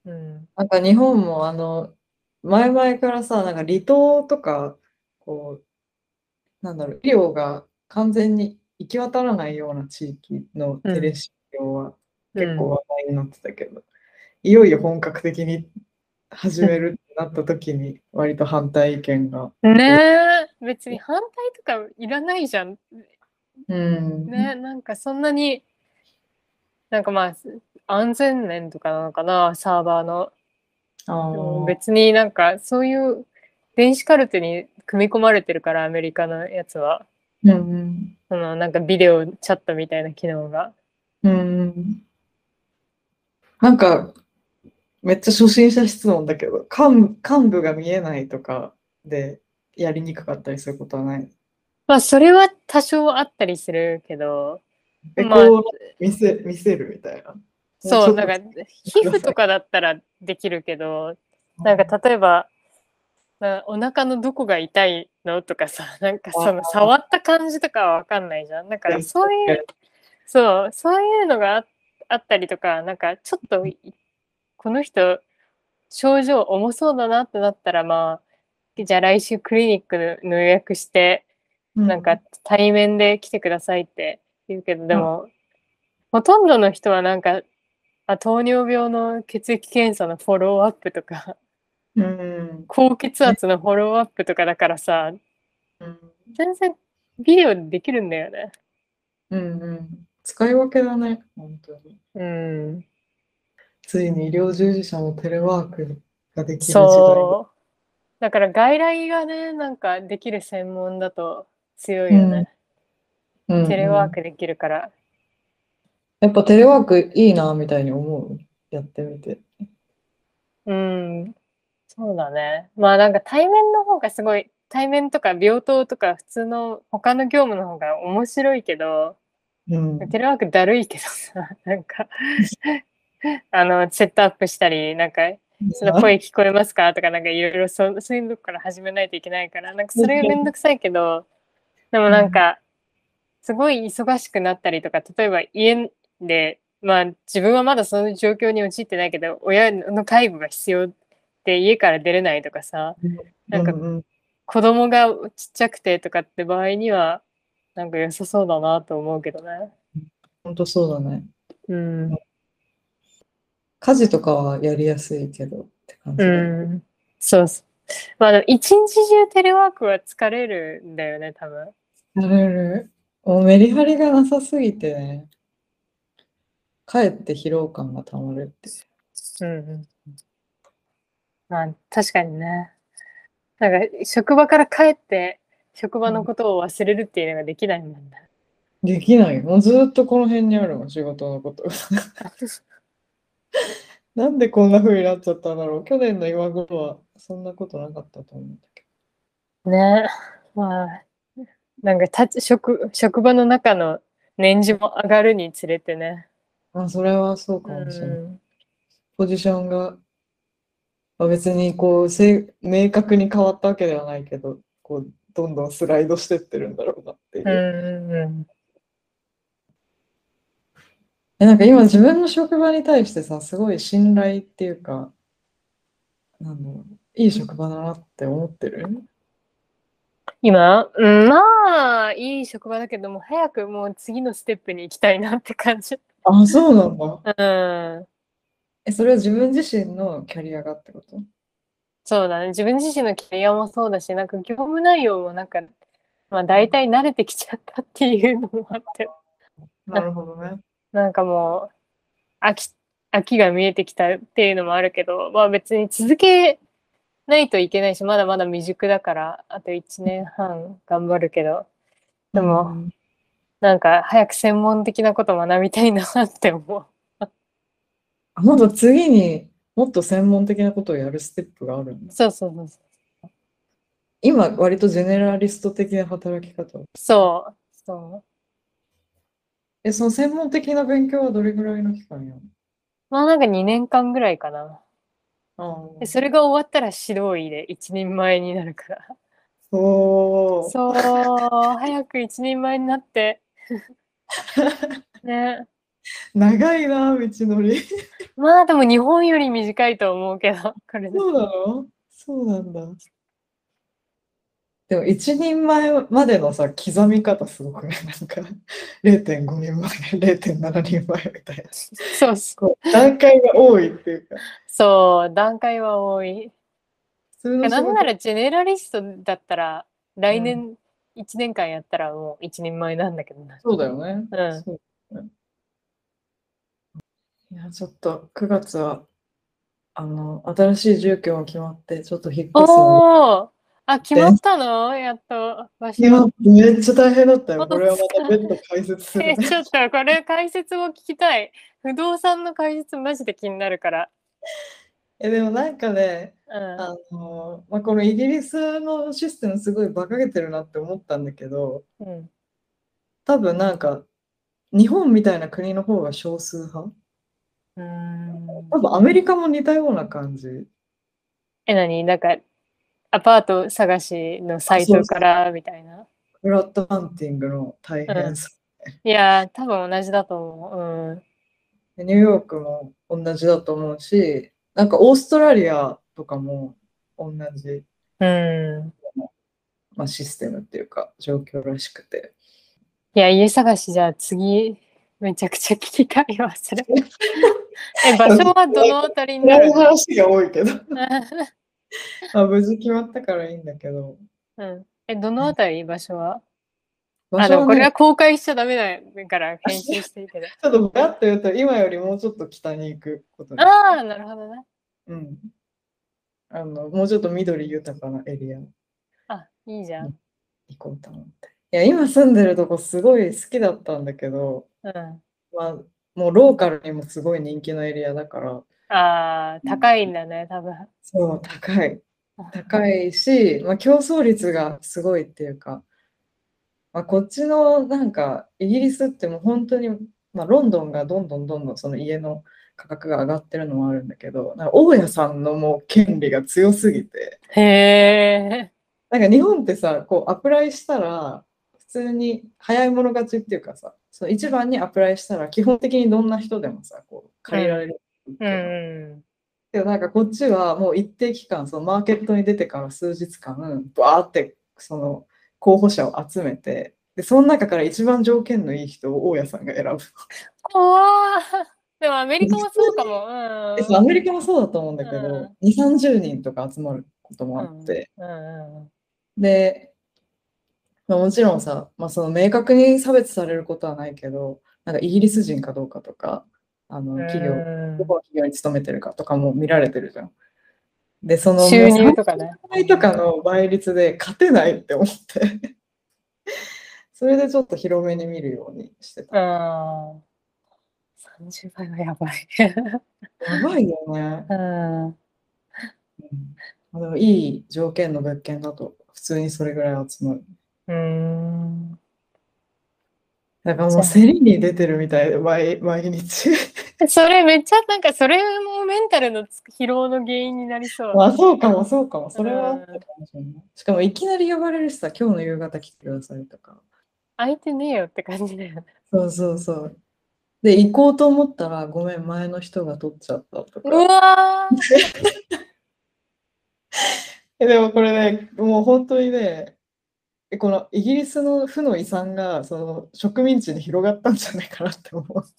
A: うん。
B: なんか日本もあの、前々からさ、なんか離島とか、こう、なんだろう、医療が完全に行き渡らないような地域の
A: うん。
B: テレ診療は結構
A: うん。
B: 話題になってたけど、いよいよ本格的に始めるってなった時に、割と反対意見が。
A: ねえ、別に反対とかいらないじゃん。
B: うん。
A: ね、なんかそんなに、なんかまあ、安全面とかなのかな、サーバーの。
B: あ
A: でも
B: あ。
A: 別になんかそういう電子カルテに組み込まれてるから、アメリカのやつは。
B: うん。
A: そのなんかビデオチャットみたいな機能が。
B: うん。なんか、めっちゃ初心者質問だけど、幹幹部が見えないとかでやりにくかったりすることはない？
A: まあそれは多少あったりするけど、
B: え、
A: まあ
B: こう見せ、見せるみたいな。もうち
A: そう、
B: ょっと
A: なんか皮膚
B: ください。
A: とかだったらできるけど、なんか例えば、なお腹のどこが痛いのとかさ、なんかその
B: あ
A: 触った感じとかはわかんないじゃん。だから
B: 確
A: そういう、
B: かに。
A: そう、そういうのがああったりとか、なんかちょっといこの人症状重そうだなってなったら、まあ、じゃあ来週クリニックの予約して、なんか
B: うん。
A: 対面で来てくださいって言うけど、で
B: あ、
A: も、ほとんどの人はなんか、あ、糖尿病の血液検査のフォローアップとか、
B: うん。
A: 高血
B: ね、
A: 圧のフォローアップとかだからさ、
B: うん。
A: 全然ビデオでできるんだよね。
B: うんうん。使い分けだね、本当に。
A: うん。
B: ついに医療従事者もテレワークができる時代。
A: そう。だから外来がね、なんかできる専門だと強い
B: うん。
A: よね。
B: うん
A: テレ
B: うん。
A: ワークできるから。
B: やっぱテレワークいいな、みたいに思う。やってみて。
A: うん。そうだね。まあなんか対面の方がすごい、対面とか病棟とか普通の他の業務の方が面白いけど、
B: うん。
A: テレワークだるいけどさ、なんか、あの、セットアップしたり、なんか、その声聞こえますかとか、なんかいろいろそうそういうのから始めないといけないから、なんかそれがめんどくさいけど、でも
B: うん。
A: なんか、すごい忙しくなったりとか、例えば家で、まあ自分はまだそういう状況に陥ってないけど、親の介護が必要で家から出れないとかさ、なんか
B: うんうん。
A: 子供がちっちゃくてとかって場合には、なんか良さそうだなと思うけどね。
B: 本当そうだね。
A: うん。
B: 家事とかはやりやすいけどって感
A: う
B: じだよ。
A: ん。そうそう。まあでも一日中テレワークは疲れるんだよね、多分。
B: やれる。もうメリハリがなさすぎてね、かえって疲労感がたまるっていう。
A: うんうん。まあ確かにね。なんか職場から帰って職場のことを忘れるっていうのができないもんね。
B: できない。もうずっとこの辺にあるもん、仕事のこと。なんでこんな風になっちゃったんだろう。去年の今頃はそんなことなかったと思うんだけ
A: ね。まあ、なんか立ち職、職場の中の年次も上がるにつれてね。
B: ど。あ、それはそう
A: う
B: かもしれない。
A: ん。
B: ポジションが、まあ、別にこう、せ明確に変わったわけではないけど、こう、どんどんスライドしてってるんだろうなって
A: う
B: いう。
A: んうん。
B: え、なんか今自分の職場に対してさ、すごい信頼っていうか、なんだろう、いい職場だなって思ってる？
A: 今、うん、まあ、いい職場だけども、早くもう次のステップに行きたいなって感じ。
B: あ、そうなんだ。
A: うん。
B: え、それは自分自身のキャリアがってこと？
A: そうだね。自分自身のキャリアもそうだし、なんか業務内容もなんか、まあ大体慣れてきちゃったっていうのもあって、
B: な
A: な、
B: るほどね。
A: なんかもう、飽き、飽きが見えてきたっていうのもあるけど、まあ別に続けないといけないし、まだまだ未熟だから、あといちねんはん頑張るけど、
B: う
A: でも、
B: ん。
A: なんか早く専門的なこと学びたいなって思う。
B: あ、まだ次にもっと専門的なことをやるステップがあるんだ。
A: そうそうそうそう。
B: 今、割とジェネラリスト的な働き方。
A: そう、そう。
B: え、その専門的な勉強はどれぐらいの期間やる
A: まあなんかにねんかんぐらいかな。で、
B: の？ああ、
A: それが終わったら指導医で一人前になるから。
B: そ
A: そう、早く一人前になって。ね。
B: う。長いな、道のり。
A: まあでも日本より短いと思うけど、これで。
B: そうなの？そうなんだ。でも一人前までのさ、刻み方すごくね、なんかれいてんごにんまえ、れいてんななにんまえみたいな。
A: そうそう。
B: こう段階が多いっていうか、
A: そう、段階は多い。
B: 普通の仕事、
A: なんならジェネラリストだったら、
B: うん、
A: 来年いちねんかんやったらもう一人前なんだけどな。
B: そうだよね。
A: うん。
B: そうだね。いや、ちょっとくがつは、あの、新しい住居が決まって、ちょっと引っ越すの
A: おー、あ、決ま
B: で、
A: ったのやっと場
B: いや、
A: 所。
B: めっちゃ大変だったよ。こ
A: 本当
B: れはまた
A: ですか？
B: 別途解説する
A: え、
B: ね。
A: ちょっとこれ解説を聞きたい。不動産の解説マジで気になるから。
B: え、でもなんかね、
A: うん。
B: あの、まあ、このイギリスのシステムすごい馬鹿げてるなって思ったんだけど、
A: うん。
B: 多分なんか、日本みたいな国の方が少数派。
A: うーん。
B: 多分アメリカも似たような感じ。
A: え、何なんか、アパート探しのサ
B: あ、
A: イ
B: そうそう。
A: トからみたいな。
B: フラットハンティングの大
A: うん。
B: 変さ。
A: いやー、多分同じだと思う。
B: でニューヨークも同じだと思うし、なんかオーストラリアとかも同じ、
A: うん。うん。
B: まあ、システムっていうか状況らしくて。
A: いや、家探しじゃあ次、めちゃくちゃ聞きたいわ、それ。え、場所はどのあたりにな
B: 暗い
A: るの？
B: 話が多いけど、まあ、無事決まったからいいんだけど、
A: うん。え、どのあたり場所は？あ、でも
B: 場所はね、
A: これは公開しちゃダメだから編集していいけど。
B: ちょっとブラッと言うと、今よりもうちょっと北に行くことにした。
A: ああ、なるほどね。
B: うん。あの、もうちょっと緑豊かなエリアに
A: あ、いいじゃん。
B: 行こうと思って。いや、今住んでるとこすごい好きだったんだけど、
A: うん。
B: まあ、もうローカルにもすごい人気のエリアだから、
A: ああ、
B: うん、
A: 高いんだね、多分。
B: そう、高い。高いし、まあ、競争率がすごいっていうか、まあ、こっちのなんかイギリスってもう本当に、まあ、ロンドンがどんどんどんどんその家の価格が上がってるのもあるんだけど、なんか大家さんのもう権利が強すぎて、
A: へえ。
B: なんか日本ってさ、こうアプライしたら普通に早い者勝ちっていうかさ、その一番にアプライしたら基本的にどんな人でもさ、こう
A: うん。
B: 借りられる物
A: う
B: 件なの。
A: ん。
B: でもなんかこっちはもう一定期間、そのマーケットに出てから数日間、バーってその候補者を集めて、で、その中から一番条件のいい人を大家さんが選ぶ。
A: 怖ー。でもアメリカも
B: 普通に
A: そうかも。
B: えそうア
A: うん。
B: メリカもそうだと思うんだけど、
A: うん。
B: に、さんじゅうにんとか集まることも
A: うん。
B: あって、
A: うん。
B: で、まあ、もちろんさ、まあ、その明確に差別されることはないけど、なんかイギリス人かどうかとか、あ
A: う
B: の企業、どこ
A: ん。
B: の企業に勤めてるかとかも見られてるじゃん。で、そのも
A: 収
B: う3
A: 入とかね。
B: 倍とかの倍率で勝てないって思って、それでちょっと広めに見るようにしてた。
A: うん。さんじゅうばいはやばい。
B: やばいよね。
A: うん。
B: うんまあでもいい条件の物件だと普通にそれぐらい集まる。
A: うん。
B: だからもう
A: じゃ
B: 競りに出てるみたいで、毎、毎日。
A: あ、それめっちゃ、なんかそれもメンタルのつ疲労の原因になりそう。
B: まあそうかもそうかも。
A: う
B: それはあった
A: ん。
B: かもしれない。しかもいきなり呼ばれるしさ、今日の夕方来てくださいとか。
A: 空いてねえよって感じだよね。
B: そうそうそう。で、行こうと思ったら、ごめん、前の人が取っちゃったと
A: う
B: か。
A: わ
B: えでもこれね、もう本当にね、えこのイギリスの負の遺産がその植民地に広がったんじゃないかなって思う。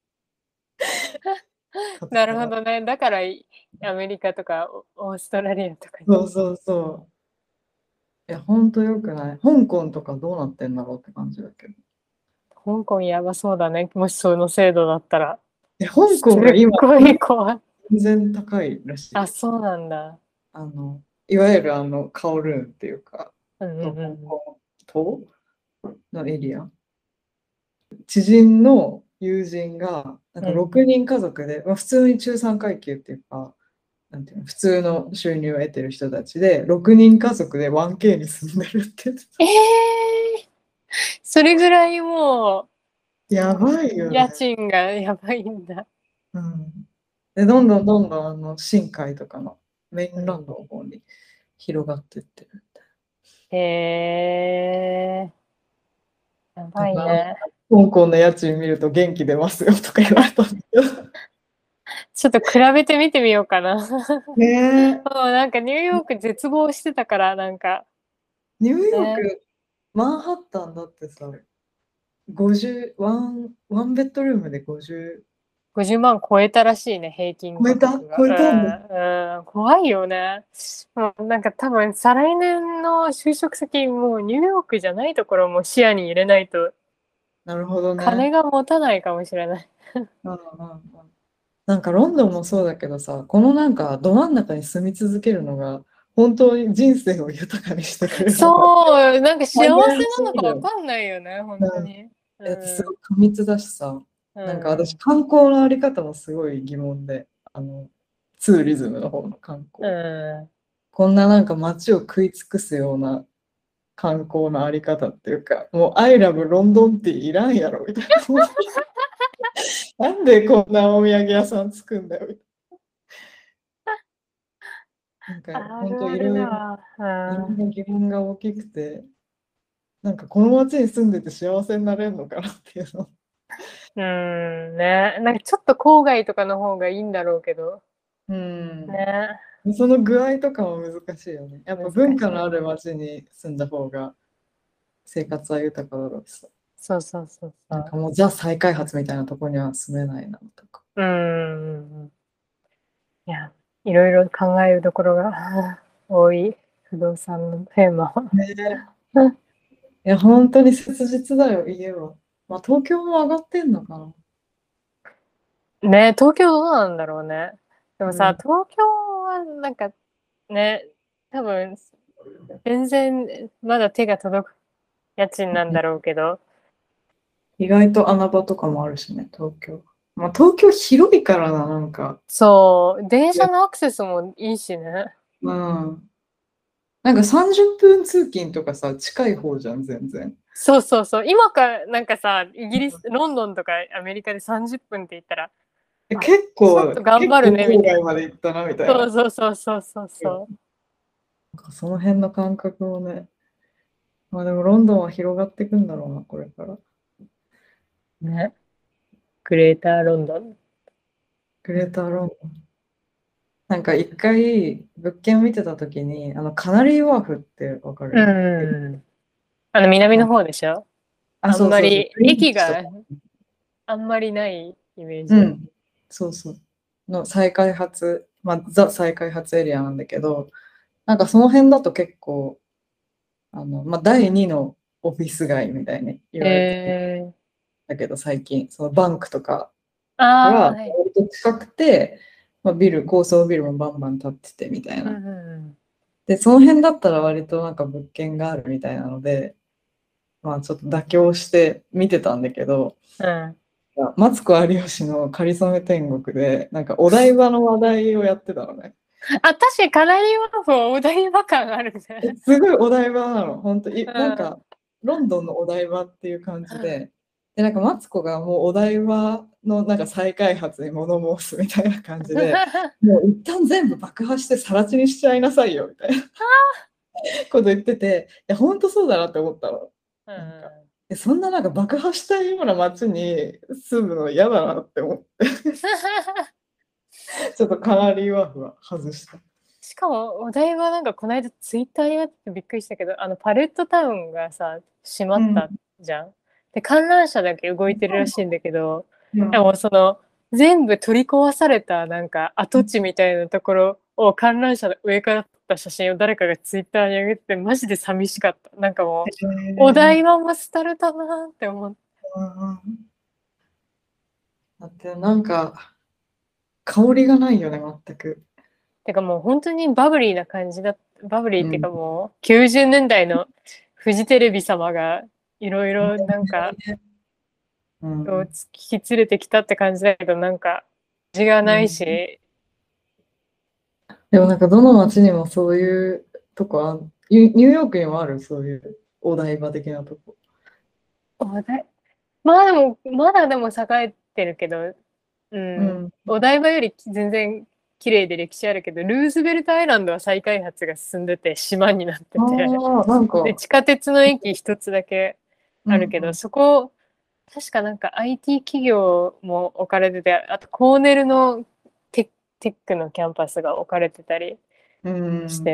A: ー。なるほどね。だからいアメリカとかオオーストラリアとかに。
B: そうそうそう。いや、本当よくない。香港とかどうなってんだろうって感じだけど。
A: 香港やばそうだね。もしその制度だったら。
B: え、香
A: すっ
B: 港が今、
A: ごい怖い。
B: 全然高いらしい
A: あ、
B: よ。
A: そうなんだ。
B: あの、いわゆるあの、カオルーンっていうか、
A: うんう
B: と
A: んうん。
B: 香港島のエリア。知人の友人が、なんか
A: うん。
B: ろくにん家族で、まあ、普通に中産階級っていうか、 なんていうの、普通の収入を得てる人たちで、ろくにん家族で ワンケー に住んでるって言ってた。
A: えー、それぐらいも
B: やばい
A: う、
B: よね。
A: 家賃がやばいんだ。
B: うん。で、どんどんどんどんあの深海とかのメインランドの方に広がってってるみたい
A: へえー、や
B: な。
A: ばい
B: だから、
A: ね。
B: 香港の家賃見ると元気出ますよとか言われたんだけど。
A: ちょっと比べてみてみようかな。
B: ねえ。
A: もうなんかニューヨーク絶望してたから、なんか、
B: ニューヨー
A: ね、
B: ク、マンハッタンだってさ、ごじゅう、ワン、ワンベッドルームでごじゅう、
A: ごじゅうまん超えたらしいね、平均
B: 超えた
A: 価格
B: 超えたんだ。
A: が。うん、うん、怖いよね。もうなんか多分再来年の就職先、もうニューヨークじゃないところも視野に入れないと
B: なるほどね。
A: 金が持たないかもしれない。
B: うんうんうん。なんかロンドンもそうだけどさ、このなんかど真ん中に住み続けるのが本当に人生を豊かにしてくれるのかって
A: そう、なんか幸せ
B: 考え
A: なの
B: 始めるよね。
A: かわかんないよね、本当
B: うん。
A: に。
B: だってす
A: うん、
B: ごい過密だしさ、
A: う
B: なんか私
A: ん、
B: 観光のあり方もすごい疑問で、あの、ツーリズムの方の観
A: う
B: 光。
A: ん。
B: こんななんか街を食い尽くすような観光のあり方っていうか、もう I love ロンドンっていらんやろみたいな。なんでこんなお土産屋さんつくんだよみたいな。なんか本当
A: あるあ
B: いろいろ、
A: るだわ。
B: いろん
A: うん。
B: な疑問が大きくて、なんかこの街に住んでて幸せになれるのかなっていうの。
A: うんね。なんかちょっと郊外とかの方がいいんだろうけど。
B: うん。
A: ね。
B: その具合とかも難しいよね。やっぱ
A: 難
B: 文
A: しい。
B: 化のある街に住んだ方が生活は豊かだろうしさ。
A: そうそうそうそう。
B: なんかもうザ再開発みたいなところには住めないなとか。
A: うん。いや、いろいろ考えるところが多い不動産のテーマ。
B: ね。いや、本当に切実だよ、家は。まあ、東京も上がってんのかな。
A: ね、東京どうなんだろうね。でもさ、
B: うん。
A: 東京はなんかね、多分全然まだ手が届く家賃なんだろうけど、
B: 意外と穴場とかもあるしね、東京。まあ、東京広いからな、なんか。
A: そう、電
B: いや、
A: 車のアクセスもいいしね。
B: うん。なんかさんじゅっぷん通勤とかさ、近い方じゃん、全然。
A: そうそうそう。今か、なんかさ、イギリス、ロンドンとかアメリカでさんじゅっぷんって言ったら、
B: え
A: あ、
B: 結構、
A: ちょっと頑
B: 結構
A: 張るね、みたいな。
B: 郊外まで行ったな、みたいな。
A: そうそうそうそうそうそ
B: なんかその辺の感覚をね。まあでもロンドンは広がっていくんだろうな、これから。
A: う。ね。グレーターロンドン。
B: グレーターロンドン。なんか一回物件を見てたときに、あのカナリーワーフってわか
A: う
B: る？
A: ん。あの、南の方でしょ？
B: あ、
A: あん
B: そうそうそう。
A: まり、
B: グリニッ
A: 駅が
B: ジとか。
A: あんまりないイメージ。
B: うん。そうそう。の再開発、まあ、ザ再開発エリアなんだけど、なんかその辺だと結構、あの、まあ、だいにのオフィス街みたいに言われてるん
A: え
B: だけど、最近、そのバンクとか
A: ー、ああ、
B: から
A: はい。
B: 割と近くて、まあ、ビル、高層ビルもバンバン建っててみたいな。
A: うんう
B: で、その辺だったら割となんか物件があるみたいなので、まあちょっと妥協して見てたんだけど、
A: ん。うん。
B: マツコ有吉のかりそめ天国で、なんかお台場の話題をやってたのね。
A: あ、確かにカナリーワーフはお台場感あるね。
B: すごいお台場なの、本当に。
A: うん。
B: なんか、ロンドンのお台場っていう感じで、で、なんかマツコがもうお台場のなんか再開発に物申すみたいな感じで、もう一旦全部爆破して更地にしちゃいなさいよみたいなこと言ってて、いや、本当そうだなって思ったの。
A: う
B: なんか、
A: ん。
B: えそんななんか爆破したいような街に住むの嫌だなって思って、ちょっとカナリーワーフは外した。
A: しかも、お台場なんかこの間ツイッターにあってびっくりしたけど、あのパレットタウンがさ、閉ま
B: うん。
A: ったじゃん。で、観覧車だけ動いてるらしいんだけど、で
B: うん
A: もその、全部取り壊されたなんか跡地みたいなところを観覧車の上から撮った写真を誰かがツイッターに上げてて、マジで寂しかった。なんかもう、お台場も廃れたなって思って。
B: だってなんか香りがないよね、全く。
A: てかもう本当にバブリーな感じだ、バブリーっていう
B: うん。
A: かもうきゅうじゅうねんだいのフジテレビ様がいろいろなんか
B: う
A: を
B: ん。
A: 引き連れてきたって感じだけどなんか味がない
B: うん。
A: し、
B: でもなんかどの街にもそういうとこあん、ニュニューヨークにもある、そういうお台場的なとこ。
A: お台まあでも、まだでも栄えてるけど、うん。
B: うん。
A: お台場より全然綺麗で歴史あるけど、ルーズベルトアイランドは再開発が進んでて島になって
B: あ
A: て、
B: あ、なん
A: で、
B: か、
A: 地下鉄の駅一つだけあるけど、
B: うんうん。
A: そこ、確かなんか アイティー 企業も置かれてて、あとコーネルのテッテックのキャンパスが置かれてたり
B: うん。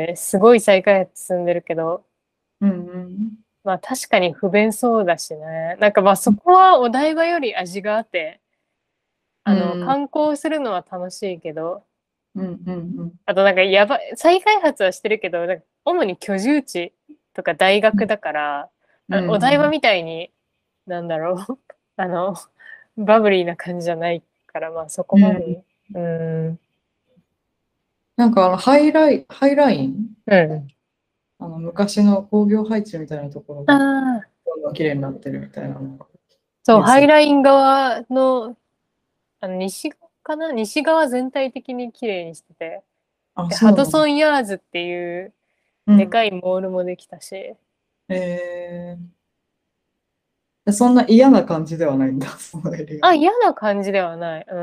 A: して、すごい再開発進んでるけど、
B: うんうん。
A: まあ確かに不便そうだしね。なんかまあそこはお台場より味があって、あの、
B: うん。
A: 観光するのは楽しいけど、
B: うんうん
A: あとなんかやばい、再開発はしてるけど、なんか主に居住地とか大学だから、
B: うん。
A: あお台場
B: うん。
A: みたいに、なんだろう、あの、バブリーな感じじゃないから、まあそこ
B: うん。
A: まで、うん、
B: なんかあのハイライ、ハイライン、
A: うん。
B: あの昔の工業配置みたいなところ
A: あ
B: が
A: あ、
B: どんどん綺麗になってるみたいなのが
A: そう、
B: ニュースで。
A: ハイライン側の、あの、西側かな西側全体的に綺麗にしてて、
B: あ、
A: で、ハ
B: そうなの。
A: ドソンヤーズっていう
B: うん。
A: でかいモールもできたし、
B: えー、そんな嫌な感じではないんだ、そのエリア
A: あ、
B: は。
A: 嫌な感じではない。うん。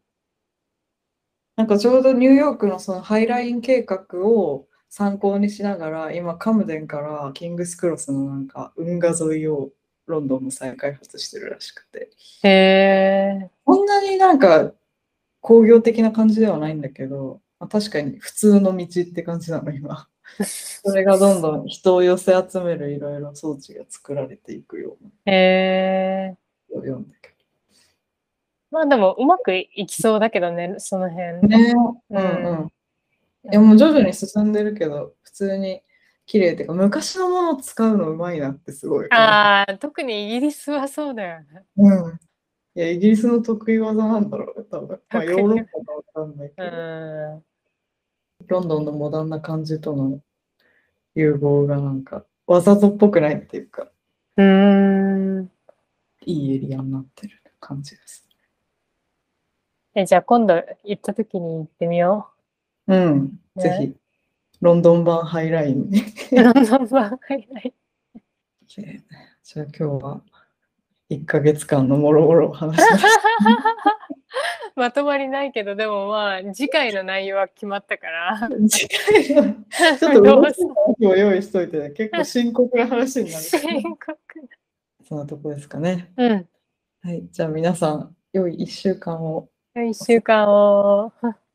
B: なんかちょうどニューヨークのそのハイライン計画を参考にしながら、今カムデンからキングスクロスのなんか運河沿いをロンドンも再開発してるらしくて。
A: へえ。
B: こんなになんか工業的な感じではないんだけど、まあ、確かに普通の道って感じなの、今。それがどんどん人を寄せ集めるいろいろ装置が作られていくような
A: へえ。
B: のを読んだけ
A: まあでも、うまくいきそうだけどね、その辺。
B: ど。ねえ、
A: う
B: うんうん。
A: ん。
B: いや、もう徐
A: うん、
B: 々に進んでるけど、普通に綺麗っていうか、昔のものを使うのうまいなってすごい思う。
A: ああ、特にイギリスはそうだよね。
B: うん。いや、イギリスの得意技なんだろうね、多分。まあ、ヨーロッ
A: 特に。
B: パかわかんない
A: う
B: けど、
A: ん。
B: ロンドンのモダンな感じとの融合がなんか、わざとっぽくないっていうか、
A: うーん。
B: いいエリアになってる感じです。
A: え、じゃあ今度行った時に行ってみよ
B: うん、
A: う。ね。
B: ぜひ、ロンドン版ハイラインに。
A: ロンドン版はいはい。
B: じゃあ今日はいっかげつかんのもろもろを話しました。
A: まとまりないけど、でもまあ、次回の内容は決まったから、
B: 次回はちょっと
A: どうぞ。
B: 嬉しい話を用意しといて、ね、結構深刻な話になるけど、
A: 深刻
B: そんなとこですかね。
A: な。うん。
B: はい、じゃあ皆さん、良いいっしゅうかんを。
A: 一週間を。